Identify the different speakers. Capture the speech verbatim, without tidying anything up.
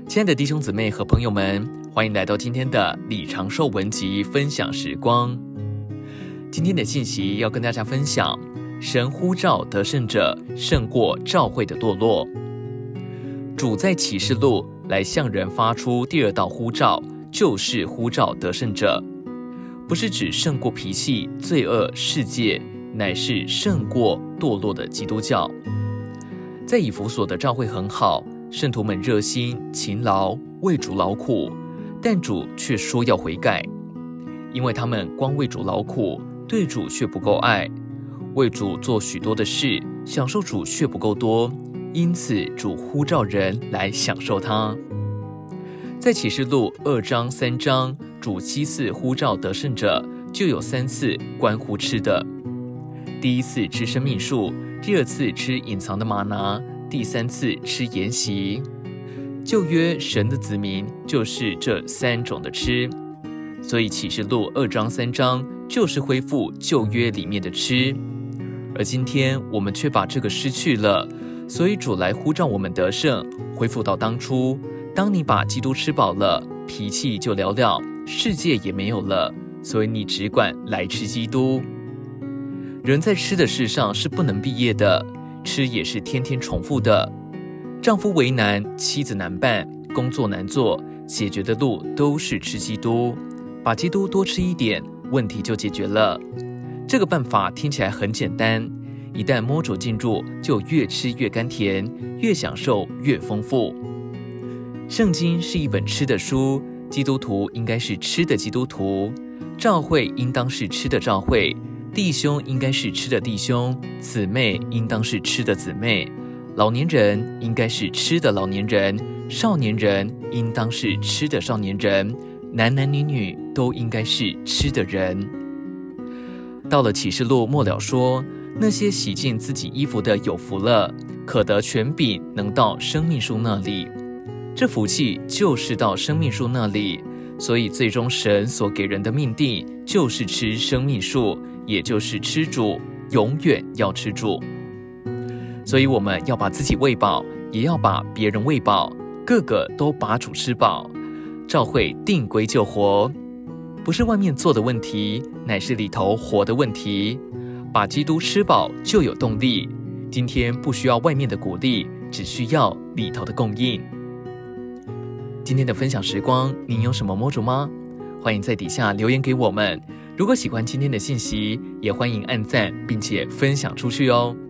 Speaker 1: 亲爱的弟兄姊妹和朋友们，欢迎来到今天的李长寿文集分享时光。今天的信息要跟大家分享，神呼召得胜者胜过召会的堕落。主在启示录来向人发出第二道呼召，就是呼召得胜者，不是指胜过脾气、罪恶、世界，乃是胜过堕落的基督教。在以弗所的召会很好，圣徒们热心勤劳，为主劳苦，但主却说要悔改，因为他们光为主劳苦，对主却不够爱，为主做许多的事，享受主却不够多，因此主呼召人来享受他。在启示录二章三章，主七次呼召得胜者，就有三次关乎吃的。第一次吃生命树，第二次吃隐藏的玛拿，第三次吃筵席。旧约神的子民就是这三种的吃，所以启示录二章三章就是恢复旧约里面的吃。而今天我们却把这个失去了，所以主来呼召我们得胜，恢复到当初。当你把基督吃饱了，脾气就了了，世界也没有了，所以你只管来吃基督。人在吃的事上是不能毕业的，吃也是天天重复的。丈夫为难，妻子难办，工作难做，解决的路都是吃基督，把基督多吃一点，问题就解决了。这个办法听起来很简单，一旦摸着进入，就越吃越甘甜，越享受越丰富。圣经是一本吃的书，基督徒应该是吃的基督徒，召会应当是吃的召会，弟兄应该是吃的弟兄，姊妹应当是吃的姊妹，老年人应该是吃的老年人，少年人应当是吃的少年人，男男女女都应该是吃的人。到了启示录末了说，那些洗净自己衣服的有福了，可得权柄，能到生命树那里。这福气就是到生命树那里，所以最终神所给人的命定就是吃生命树，也就是吃主，永远要吃主。所以我们要把自己喂饱，也要把别人喂饱，个个都把主吃饱。召会定归就活，不是外面做的问题，乃是里头活的问题。把基督吃饱就有动力，今天不需要外面的鼓励，只需要里头的供应。今天的分享时光，您有什么摸着吗？欢迎在底下留言给我们。如果喜欢今天的信息，也欢迎按赞并且分享出去哦。